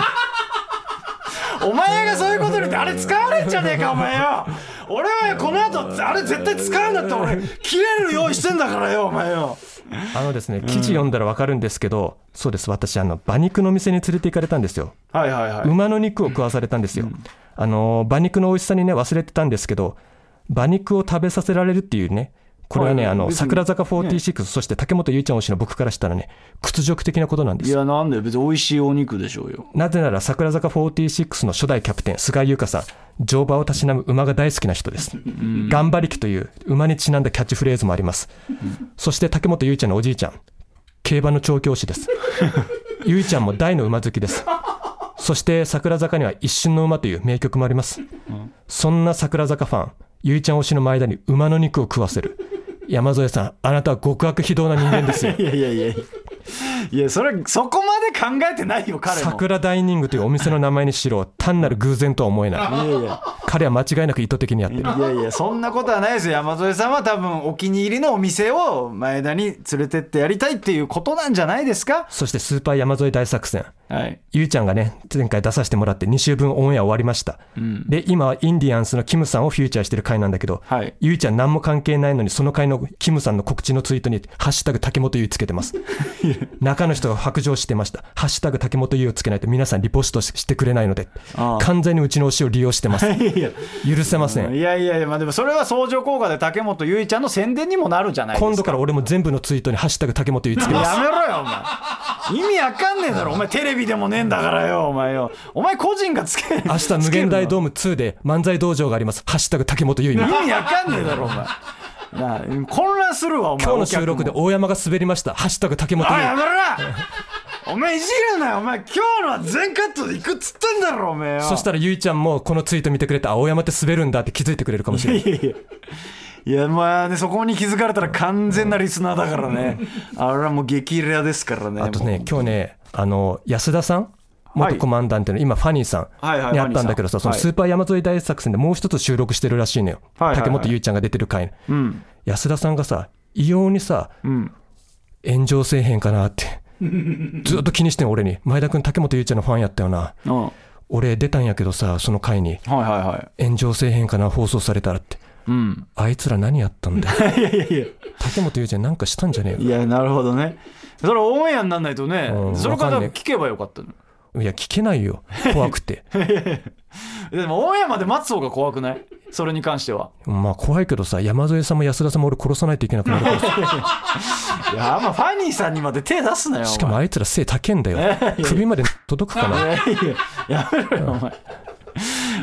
お前がそういうことに言ってあれ使われんじゃねえかお前よ。俺はこの後あれ絶対使うんだって俺切れる用意してんだからよお前よ。 あのですね、記事読んだら分かるんですけど、うん、そうです、私あの馬肉の店に連れて行かれたんですよ。 はいはいはい。 馬の肉を食わされたんですよ、うん、あの馬肉の美味しさにね忘れてたんですけど、馬肉を食べさせられるっていうね、これはね、はい、あの桜坂フォーティーシックス、ね、そして竹本結ちゃん推しの僕からしたらね屈辱的なことなんです。 いやなんで別に美味しいお肉でしょうよ。 なぜなら桜坂フォーティーシックスの初代キャプテン菅井優香さん、乗馬をたしなむ馬が大好きな人です、うん、頑張りきという馬にちなんだキャッチフレーズもあります、うん、そして竹本結ちゃんのおじいちゃん競馬の調教師です結ちゃんも大の馬好きです。そして桜坂には一瞬の馬という名曲もあります、うん、そんな桜坂ファン結ちゃん推しの前田に馬の肉を食わせる。山添さん、あなたは極悪非道な人間ですよ。 いやいやいやいや、それそこまで考えてないよ彼も。 桜ダイニングというお店の名前にしろ単なる偶然とは思えない。いやいや彼は間違いなく意図的にやってる。 いやいやそんなことはないですよ。山添さんは多分お気に入りのお店を前田に連れてってやりたいっていうことなんじゃないですか。 そしてスーパー山添大作戦、 はい、 ゆうちゃんがね前回出させてもらってに週分オンエア終わりました、うん、で今はインディアンスのキムさんをフューチャーしてる回なんだけど、はい、ゆうちゃん何も関係ないのにその回のキムさんの告知のツイートにハッシュタグ竹本優つけてます中の人が白状してました。ハッシュタグ竹本優をつけないと皆さんリポストしてくれないので、ああ完全にうちの推しを利用してますいや許せません。 いやいやいや、まあ、でもそれは相乗効果で竹本優ちゃんの宣伝にもなるじゃないですか。 今度から俺も全部のツイートにハッシュタグ竹本優つけます。 やめろよお前意味わかんねえだろお前。テレビでもねえんだからよお前よ。お前個人がつけ明日無限大ドームツーで漫才道場があります。ハッシュタグ竹本優に。 意味わかんねえだろお前なあ混乱するわお前。 今日の収録で大山が滑りました。ハッシュタグ竹本優。 やめろなお前いじるなよお前。今日のは全カットでいくっつってんだろお前よ。 そしたらゆいちゃんもこのツイート見てくれて、大山って滑るんだって気づいてくれるかもしれない。いやいやいやまあね、そこに気づかれたら完全なリスナーだからねあれはもう激レアですからね。 あとね今日ねあの安田さん元コマンダントの今ファニーさんに会ったんだけどさ、そのスーパー山添大作戦でもう一つ収録してるらしいのよ、はいはいはい、竹本優ちゃんが出てる回、うん、安田さんがさ異様にさ、うん、炎上せえへんかなってずっと気にしてん俺に。前田君竹本優ちゃんのファンやったよな、うん、俺出たんやけどさその回に、はいはいはい、炎上せえへんかな放送されたらって、うん、あいつら何やったんだよいやいやいや竹本優ちゃんなんかしたんじゃねえよ。 いやなるほどね。それオンエアになんないとね、うん、それから聞けばよかったの。 いや聞けないよ怖くてでもオンエアまで待つ方が怖くない？それに関しては。 まあ怖いけどさ、山添さんも安田さんも俺殺さないといけなくなるからいやまあファニーさんにまで手出すなよ。 しかもあいつら背高えんだよ首まで届くかな。いやいややめろよお前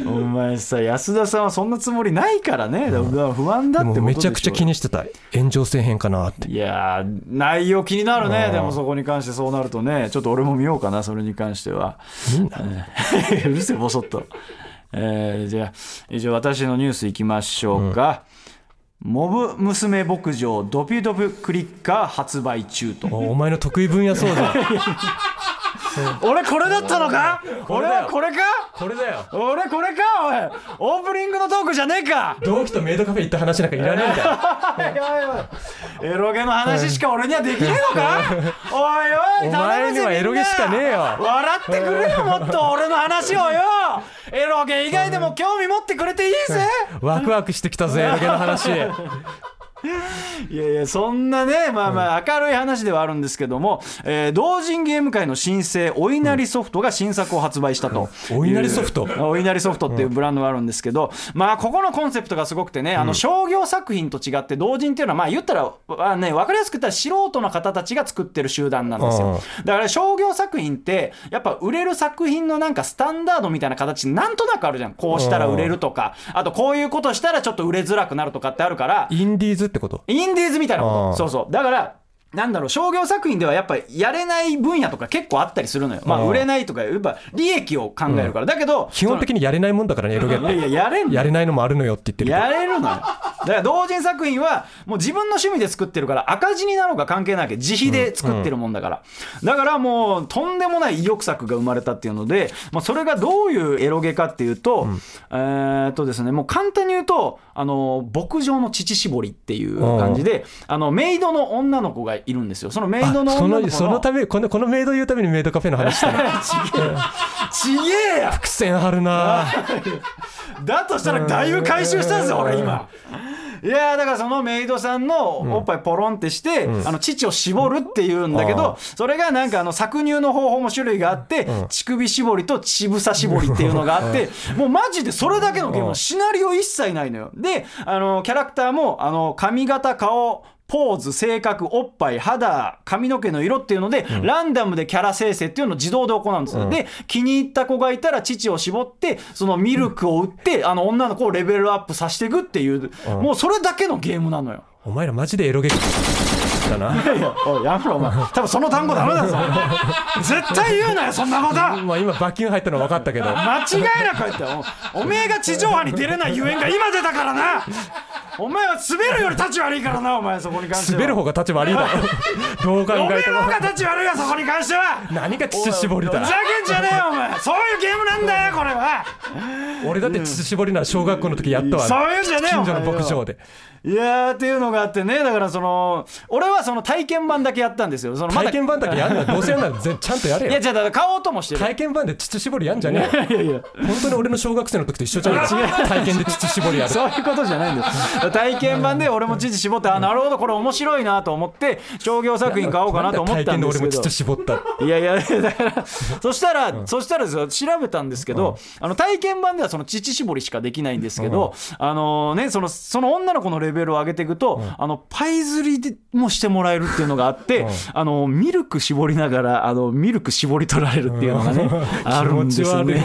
お前さ安田さんはそんなつもりないからね、うん、不安だってことでしょ。でもめちゃくちゃ気にしてた、炎上せえへんかなって。 いや内容気になるね。でもそこに関してそうなるとね、ちょっと俺も見ようかな、それに関しては。 みんなうるせえボソッと、えー、じゃあ以上私のニュースいきましょうか、うん、モブ娘牧場ドピュドピュクリッカー発売中と。 お, お前の得意分野そうだ俺これだったのか。俺はこれか。 これだよ。 俺これか。おいオープニングのトークじゃねえか。 同期とメイドカフェ行った話なんかいらねえんだよエロゲの話しか俺にはできねえのかおいおい、 お前にはエロゲしかねえよ。 笑ってくれよ、もっと俺の話をよ。エロゲ以外でも興味持ってくれていいぜ。 ワクワクしてきたぜエロゲの話いやいやそんなね、まあまあ明るい話ではあるんですけども、えー、同人ゲーム界の新星お稲荷ソフトが新作を発売したと、 うん、お稲荷ソフトお稲荷ソフトっていうブランドがあるんですけど、まあここのコンセプトがすごくてね、あの商業作品と違って同人っていうのはまあ言ったら、まあね、分かりやすく言ったら素人の方たちが作ってる集団なんですよ。だから商業作品ってやっぱ売れる作品のなんかスタンダードみたいな形なんとなくあるじゃん。こうしたら売れるとか、あとこういうことしたらちょっと売れづらくなるとかってあるから。 インディーズってこと。 インディーズみたいなこと。そうそう。だからなんだろう、商業作品ではやっぱりやれない分野とか結構あったりするのよ。まあ売れないとかやっぱ利益を考えるから、うん、だけど基本的にやれないもんだからね、エロゲって。 いやいややれんのやれないのもあるのよって言ってる。 やれるのよ。だから同人作品はもう自分の趣味で作ってるから赤字になろうが関係ないわけ。自費で作ってるもんだから、うんうん、だからもうとんでもない意欲作が生まれたっていうので、まあ、それがどういうエロゲかっていうと、うん、えーっとですねもう簡単に言うとあの牧場の乳搾りっていう感じで、あのメイドの女の子がいるんですよ。そのメイドの女の子の そ, のそのためこのこのメイド言うためにメイドカフェの話したちげえや伏線張るなだとしたらだいぶ回収したんですよ俺今。いやだからそのメイドさんのおっぱいポロンってして、うん、あの乳を絞るっていうんだけど、うん、それがなんかあの搾乳の方法も種類があって、うん、乳首絞りと乳房絞りっていうのがあって、うん、もうマジでそれだけのゲームはシナリオ一切ないのよ。であのキャラクターもあの髪型顔ポーズ、性格、おっぱい、肌、髪の毛の色っていうので、うん、ランダムでキャラ生成っていうのを自動で行うんですよ、うん、で気に入った子がいたら乳を絞ってそのミルクを売って、うん、あの女の子をレベルアップさせていくっていう、うん、もうそれだけのゲームなのよ。 お前らマジでエロゲだな。 いやいやおいやめろお前、多分その単語ダメだぞ絶対言うなよそんなこと。 まあ今バキュン入ったの分かったけど間違いなく言ってお, おめえが地上波に出れないゆえんが今出たからな。お前は滑るより立ち悪いからな。お前そこに関しては滑る方が立ち悪いだろどう考えてもおめえの方が立ち悪いよそこに関しては。 何が乳絞りだ。 ふざけんじゃねえよお前。そういうゲームなんだよこれは。 俺だって乳絞りなら小学校の時やったわ。 そういうんじゃねえよ近所の牧場で。 いやーっていうのがあってね。だからその俺はその体験版だけやったんですよ。そのま体験版だけやんなどうせやんならちゃんとやれよ。 いやじゃあ買おうともしてる。 体験版で乳絞りやんじゃねえよ。いやいや本当に俺の小学生の時と一緒じゃねえ体験で乳絞りやるそういうことじゃないんです体験版で俺も乳絞ってあなるほどこれ面白いなと思って商業作品買おうかなと思ったんですけど、体験で俺も乳絞ったいやいやだからそしたら、うん、そしたらですよ調べたんですけど、うん、あの体験版ではその乳絞りしかできないんですけど、うん、あのねそのその女の子のレベルを上げていくと、うん、あのパイ釣りでもしてもらえるっていうのがあって、うん、あのミルク絞りながらあのミルク絞り取られるっていうのがね、うん、あるんですね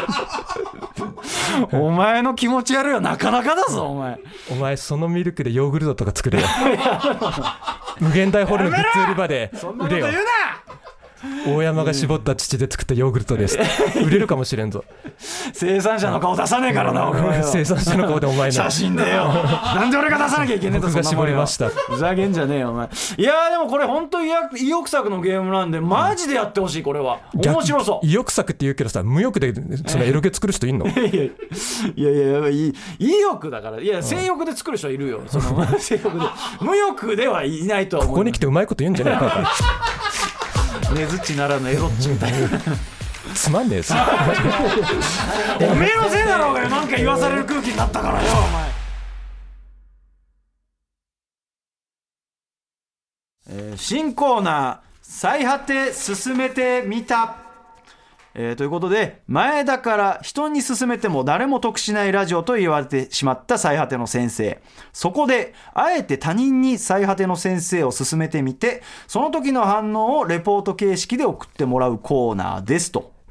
お前の気持ち悪いはなかなかだぞお前。 お前そのミルクでヨーグルトとか作れよ無限大ホールのグッズ売り場で売れよ。大山が絞った乳で作ったヨーグルトです売れるかもしれんぞ。 生産者の顔出さねえからな俺は。 生産者の顔でお前の写真でよなんで俺が出さなきゃいけねえと。 僕が絞りました。 ふざけんじゃねえよお前。いやーでもこれ本当に意欲作のゲームなんでマジでやってほしい。これは面白そう。 意欲作って言うけどさ無欲でそのエロゲ作る人いんのいやいやいやいや意欲だから。いや性欲で作る人いるよその性欲で無欲ではいないとは思う。 ここに来てうまいこと言うんじゃないかねずっちならぬエロッチみたいなつまんねえさおめえのせいだろうがよなんか言わされる空気になったからよお前。えー、新コーナー最果て進めてみた、えー、ということで前だから人に勧めても誰も得しないラジオと言われてしまった最果ての先生。そこであえて他人に最果ての先生を勧めてみてその時の反応をレポート形式で送ってもらうコーナーですと。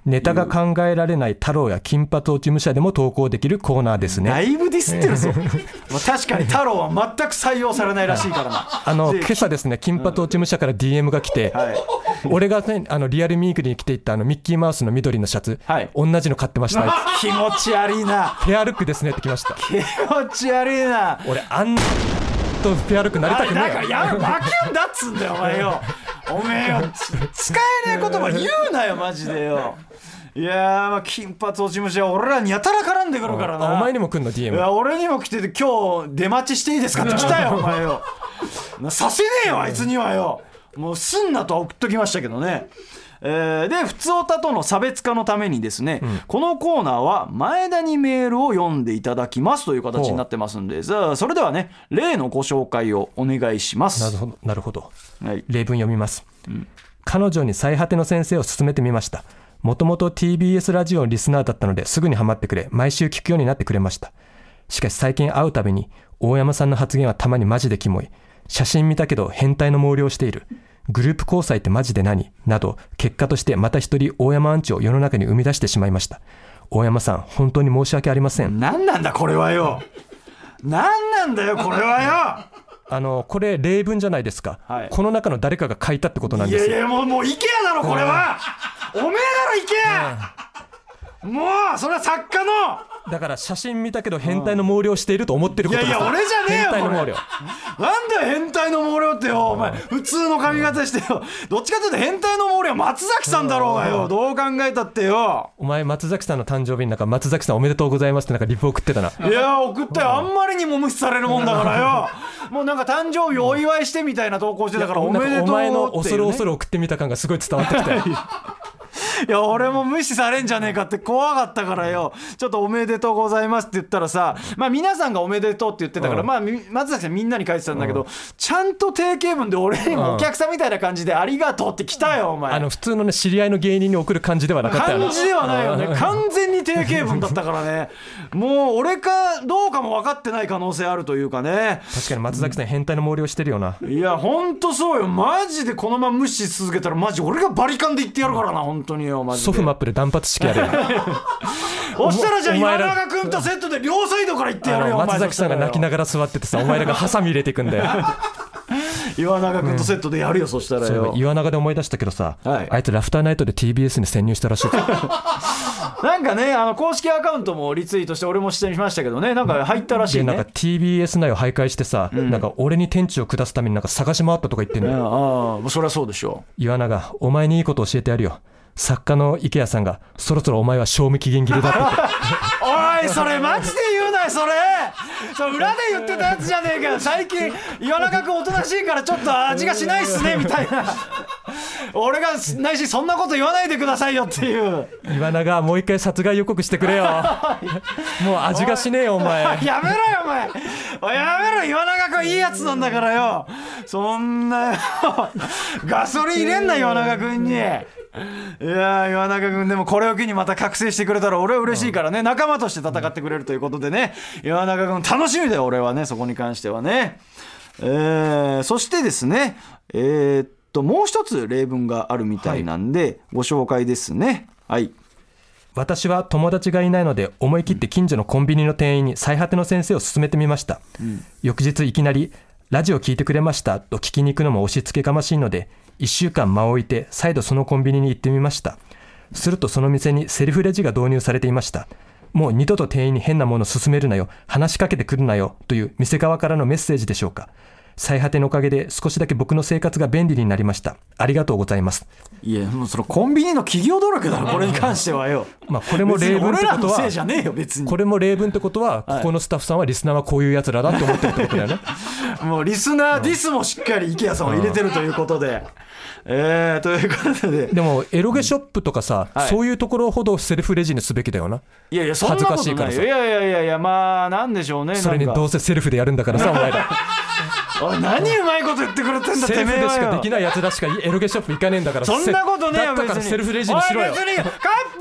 ネタが考えられない太郎や金髪落ち武者でも投稿できるコーナーですね。 だいぶディスってるぞまあ確かに太郎は全く採用されないらしいからなあの今朝ですね、金髪落ち武者から ディーエム が来て、はい、俺が、ね、あのリアルミークリに着ていったあのミッキーマウスの緑のシャツ、はい、同じの買ってました気持ち悪いな。 ペアルックですねって来ました。 気持ち悪いな。 俺あんとペアルックなりたくねえよ。 だからやるバキュンだっつんだよお前よおめえよ使えない言葉言うなよマジでよ。いやー、まあ金髪落ち武者は俺らにやたら絡んでくるからな。 お前にも来んの ディーエム。 いや俺にも来てて、今日出待ちしていいですかって来たよお前よさせねえよあいつにはよ。もうすんなとは送っときましたけどね。えー、でふつおたとの差別化のためにですね、うん、このコーナーは前田にメールを読んでいただきますという形になってますんで、さあそれではね例のご紹介をお願いします。 なるほどなるほど、 はい、 例文読みます、うん、彼女に最果ての先生を勧めてみました。もともと ティービーエス ラジオのリスナーだったのですぐにハマってくれ、毎週聞くようになってくれました。しかし最近会うたびに大山さんの発言はたまにマジでキモい、写真見たけど変態の毛量している、グループ交際ってマジで何など、結果としてまた一人大山アンチを世の中に生み出してしまいました。大山さん本当に申し訳ありません。 何なんだこれはよ、何なんだよこれはよあのこれ例文じゃないですか、はい、この中の誰かが書いたってことなんですよ。 いやいやもうもうイケアだろこれは、おめえだろイケア、もうそれは作家のだから写真見たけど変態の毛量していると思ってることです。 いやいや俺じゃねえよ変態の毛量。 なんだよ変態の毛量ってよ、お前普通の髪型してよ、どっちかというと変態の毛量は松崎さんだろうがよ、どう考えたってよ。 お前松崎さんの誕生日になんか松崎さんおめでとうございますってなんかリプ送ってたな。 いや送ったよ、あんまりにも無視されるもんだからよもうなんか誕生日お祝いしてみたいな投稿してたからおめでとうっていう、ね、 お前の恐る恐る送ってみた感がすごい伝わってきたよいや俺も無視されんじゃねえかって怖かったからよ、ちょっとおめでとうございますって言ったらさ、まあ皆さんがおめでとうって言ってたから、うん、まあ松崎さんみんなに書いてたんだけど、うん、ちゃんと定型文で俺にもお客さんみたいな感じでありがとうって来たよお前。 あの普通のね知り合いの芸人に送る感じではなかったよね。 感じではないよね、完全に定型文だったからねもう俺かどうかも分かってない可能性あるというかね。 確かに松崎さん変態の毛量してるよな。 いやほんとそうよ、マジでこのまま無視し続けたらマジ俺がバリカンで言ってやるからな、本当によマジで。 ソフマップで断髪式やるよそしたらじゃあ岩永君とセットで両サイドから言ってやるよ。 松崎さんが泣きながら座っててさ、お前らがハサミ入れていくんだよ岩永君とセットでやるよ、うん、そしたらよ。 岩永で思い出したけどさ、はい、あいつラフターナイトで ティービーエス に潜入したらしいなんかねあの公式アカウントもリツイートして俺も出演しましたけどね、なんか入ったらしいね。 でなんか ティービーエス 内を徘徊してさ、うん、なんか俺に天地を下すためになんか探し回ったとか言ってんだよ。 ああそりゃそうでしょ。 岩永お前にいいこと教えてやるよ。作家の池谷さんがそろそろお前は賞味期限切れだっておいそれマジで言うなよそれそれ裏で言ってたやつじゃねえかよ。最近岩永君おとなしいからちょっと味がしないっすねみたいな俺がないしそんなこと言わないでくださいよっていう。 岩永もう一回殺害予告してくれよもう味がしねえよお前やめろよお前おいやめろ、岩永君いいやつなんだからよ。そんなガソリン入れんな岩永君に。いや岩永君でもこれを機にまた覚醒してくれたら俺は嬉しいからね、仲間として戦ってくれるということでね、岩永君楽しみだよ俺はね、そこに関してはね。えー、そしてですねえー、っともう一つ例文があるみたいなんで、はい、ご紹介ですね。はい。 私は友達がいないので思い切って近所のコンビニの店員に最果ての先生を勧めてみました、うん、翌日いきなりラジオ聞いてくれましたと聞きに行くのも押し付けがましいのでいっしゅうかん間を置いて再度そのコンビニに行ってみました。するとその店にセルフレジが導入されていました。もう二度と店員に変なもの勧めるなよ、話しかけてくるなよという店側からのメッセージでしょうか。最果てのおかげで少しだけ僕の生活が便利になりました。ありがとうございます。 いやもうそのコンビニの企業努力だろこれに関してはよまあこれも例文ってことはせいじゃねえよ別に。 これも例文ってことはここのスタッフさんはリスナーはこういうやつらだって思ってるってことだよねもうリスナーディスもしっかり池谷さんを入れてるということで、えー、ということででもエロゲショップとかさ、うん、そういうところほどセルフレジにすべきだよな。 いやいやそんなことない。恥ずかしいからさ。いやいやいやいやまあなんでしょうね。 それにどうせセルフでやるんだからさお前らおい何うまいこと言ってくれてんだセルフでしかできないやつらしかエロゲショップ行かねえんだから。 そんなことねえよ別に。 だったからセルフレジにしろよ。 おい別にカッ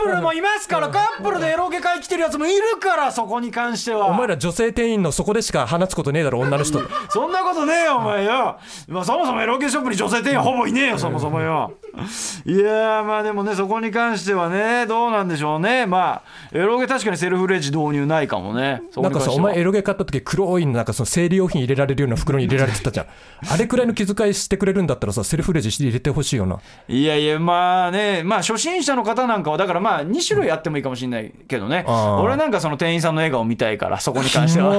ップルもいますから、カップルでエロゲ会来てるやつもいるから、そこに関しては。 お前ら女性店員のそこでしか放つことねえだろ、女の人。 そんなことねえよお前よ、まあ、そもそもエロゲショップに女性店員はほぼいねえよ、そもそもよ。いやーまあでもね、そこに関してはね、どうなんでしょうね。まあエロゲ確かにセルフレジ導入ないかもね。 なんかさ、お前エロゲ買った時黒いなんかその生理用品入れられるような袋に入れられてたじゃん。あれくらいの気遣いしてくれるんだったらさ、セルフレジ入れてほしいよな。 いやいやまあね、まあ初心者の方なんかはだからまあに種類あってもいいかもしれないけどね。俺なんかその店員さんの笑顔見たいから、そこに関しては。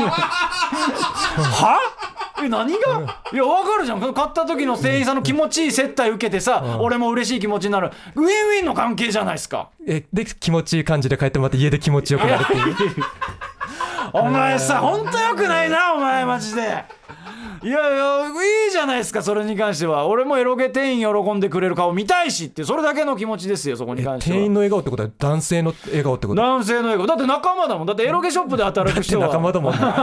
はえ何がいや分かるじゃん、買った時の店員さんの気持ちいい接待受けてさ、うん、俺も嬉しい気持ちになる、ウィンウィンの関係じゃないですか。 えで気持ちいい感じで帰ってまた家で気持ちよくなるっていうお前さ本当よくないなお前マジで。いやいやいいじゃないですか、それに関しては。俺もエロゲ店員喜んでくれる顔見たいしって、それだけの気持ちですよ、そこに関しては。 店員の笑顔ってことは男性の笑顔ってこと？ 男性の笑顔だって仲間だもん。だってエロゲショップで働く人は仲間だもん仲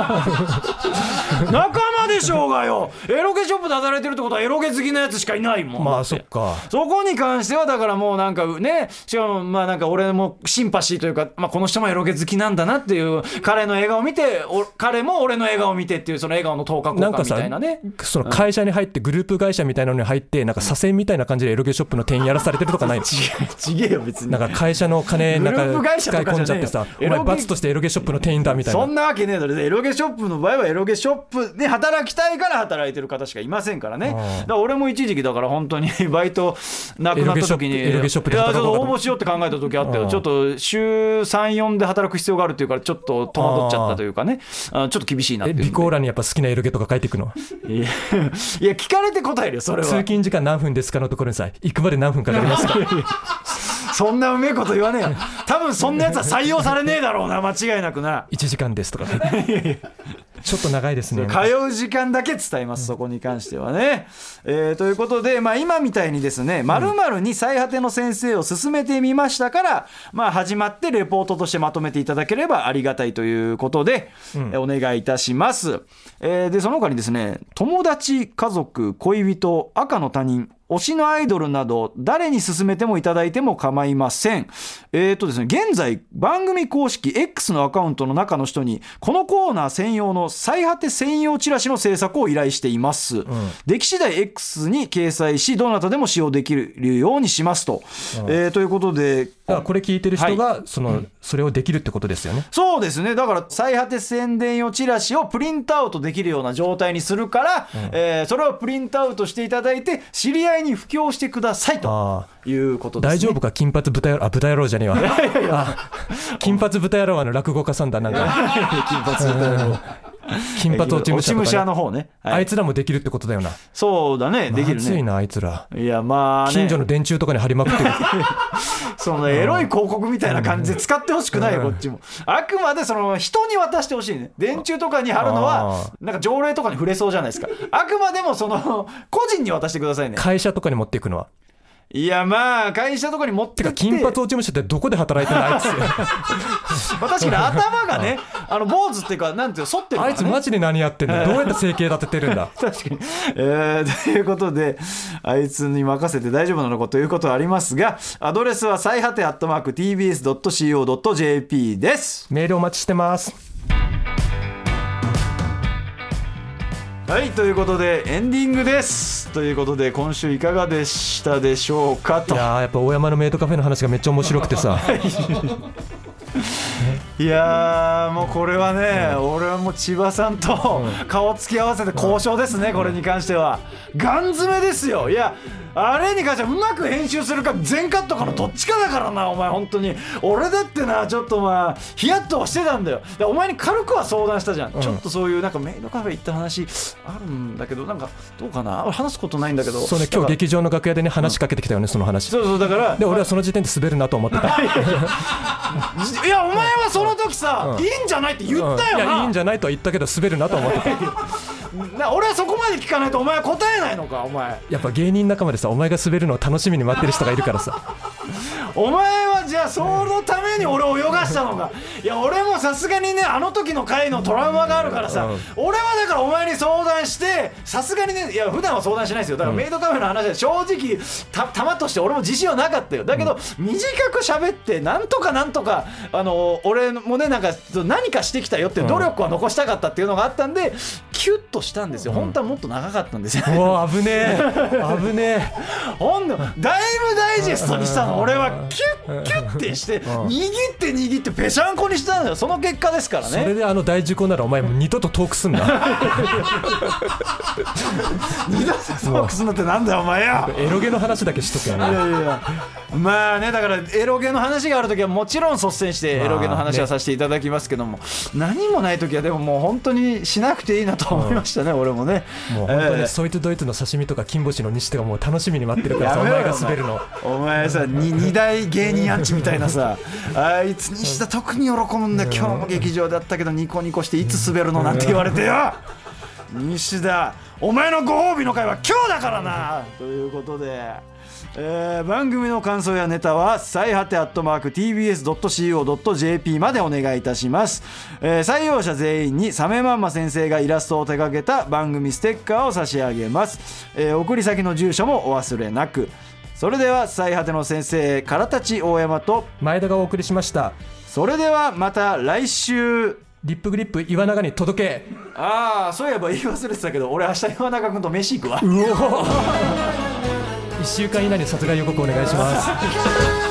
間でしょうがよ。エロゲショップで働いてるってことはエロゲ好きなやつしかいないもん。 まあそっか。 そこに関してはだからもうなんかね、しかもまあなんか俺もシンパシーというか、まあ、この人もエロゲ好きなんだなっていう彼の笑顔を見て、彼も俺の笑顔を見てっていう、その笑顔の等価交換みたいなね。 その会社に入ってグループ会社みたいなのに入ってなんか左遷みたいな感じでエロゲショップの店員やらされてるとかないの？ ちげえよ別に。 なんか会社の金なんか使い込んじゃってさ、お前罰としてエロゲショップの店員だみたいな。 そんなわけねえだろ。エロゲショップの場合はエロゲショップで働きたいから働いてる方しかいませんからね。だから俺も一時期だから本当にバイトなくなった時にエロゲショップで働こうかと応募しようって考えた時あったよ。ちょっと週さん、よんで働く必要があるっていうからちょっと戸惑っちゃったというかね、ちょっと厳しいなっていう。 備考欄にやっぱ好きなエロゲとか書いていくの？ いやいや聞かれて答えるよそれは。 通勤時間何分ですかのところにさ、行くまで何分かかりますかそんなうめえこと言わねえよ。多分そんなやつは採用されねえだろうな、間違いなくな。 いちじかんですとかちょっと長いですね。 通う時間だけ伝えます、そこに関してはね。えー、ということで、まあ、今みたいにですね、〇〇に最果ての先生を進めてみましたから、まあ、始まってレポートとしてまとめていただければありがたいということで、うん、お願いいたします。えー、でその他にですね、友達、家族、恋人、赤の他人、推しのアイドルなど誰に勧めてもいただいても構いません。えーとですね、現在番組公式 X のアカウントの中の人にこのコーナー専用の最果て専用チラシの制作を依頼しています、うん、出来次第 X に掲載しどなたでも使用できるようにしますと、うん、えー、ということで、 だからこれ聞いてる人が、はい、その、うん、それをできるってことですよね。 そうですね。だから最果て宣伝用チラシをプリントアウトできるような状態にするから、うん、えー、それをプリントアウトしていただいて知り合いに布教してくださいということですね。 大丈夫か、金髪豚野郎、あ、豚野郎じゃねえわあ金髪豚野郎はの落語家さんだなんか金髪豚野郎金髪落ち武者とか、ね、 落ち武者の方ね、 はい、あいつらもできるってことだよな。 そうだね、できるね。 まずいなあいつら。 いやまあ、ね、 近所の電柱とかに貼りまくってるそのエロい広告みたいな感じで使ってほしくないよこっちも。あくまでその人に渡してほしいね。電柱とかに貼るのはなんか条例とかに触れそうじゃないですか。あくまでもその個人に渡してくださいね。 会社とかに持っていくのは。 いやまあ会社とかに持ってってか金髪落ち武者ってどこで働いてるのあいつまあ確かに頭がねあの坊主っていうかなんていう反ってるから、ね、 あいつマジで何やってんだどうやって生計立ててるんだ確かに、えー、ということであいつに任せて大丈夫なのかということはありますが、アドレスは最果てアットマーク ティービーエスドットシーオードットジェーピー です。 メールお待ちしてます。 はい、ということでエンディングです。ということで今週いかがでしたでしょうかと。 いやーやっぱ大山のメイドカフェの話がめっちゃ面白くてさいやーもうこれはね、うん、俺はもう千葉さんと顔つき合わせて交渉ですね、うん、これに関してはガン詰めですよ。いやあれに関してはうまく編集するか全カットかのどっちかだからなお前。本当に俺だってなちょっとまあヒヤッとはしてたんだよ。でお前に軽くは相談したじゃん、うん、ちょっとそういうなんかメイドカフェ行った話あるんだけどなんかどうかな話すことないんだけど。 そうね、今日劇場の楽屋でね話しかけてきたよね、その話。 そうそうだからで俺はその時点で滑るなと思ってたいやお前はその時さ、うん、いいんじゃないって言ったよな、 うん、いやいいんじゃないとは言ったけど滑るなと思ってたな俺はそこまで聞かないとお前は答えないのか。お前やっぱ芸人仲間でさお前が滑るのを楽しみに待ってる人がいるからさお前はじゃあそのために俺を泳がしたのか。いや俺もさすがにねあの時の回のトラウマがあるからさ、俺はだからお前に相談してさすがにね、いや普段は相談しないですよ。だからメイドカフェの話で正直た玉として俺も自信はなかったよ。だけど短く喋ってなんとかなんとかあの俺もねなんか何かしてきたよっていう努力は残したかったっていうのがあったんでキュッとしたんですよ。本当はもっと長かったんですよ。 お危ねえ危ねえほんのだいぶダイジェストにしたの俺はキュッキュッてして握って握ってぺしゃんこにしたんだよ。その結果ですからね。 それであの大事故ならお前二度とトークすんな二度とトークすんなってなんだよお前や。 エロゲの話だけしとけよね。 いやいやまあねだからエロゲの話があるときはもちろん率先してエロゲの話はさせていただきますけども、何もないときはでももう本当にしなくていいなと思いましたね、うん、俺もね。 もう本当にそいつドイツの刺身とか金星の西とかもう楽しみに待ってるからさ、お前が滑るのお前さ二大芸人アンチみたいなさあいつ西田特に喜ぶんだよ。今日も劇場であったけどニコニコしていつ滑るのなんて言われてよ西田お前のご褒美の会は今日だからなということで、えー、番組の感想やネタは最果てアットマーク ティービーエスドットシーオードットジェーピー までお願いいたします、えー、採用者全員にサメマンマ先生がイラストを手掛けた番組ステッカーを差し上げます、えー、送り先の住所もお忘れなく。それでは最果ての先生からたち大山と前田がお送りしました。 それではまた来週。 リップグリップ岩永に届け。 ああそういえば言い忘れてたけど俺明日岩永君と飯行くわ。 うおいっしゅうかん以内に殺害予告お願いします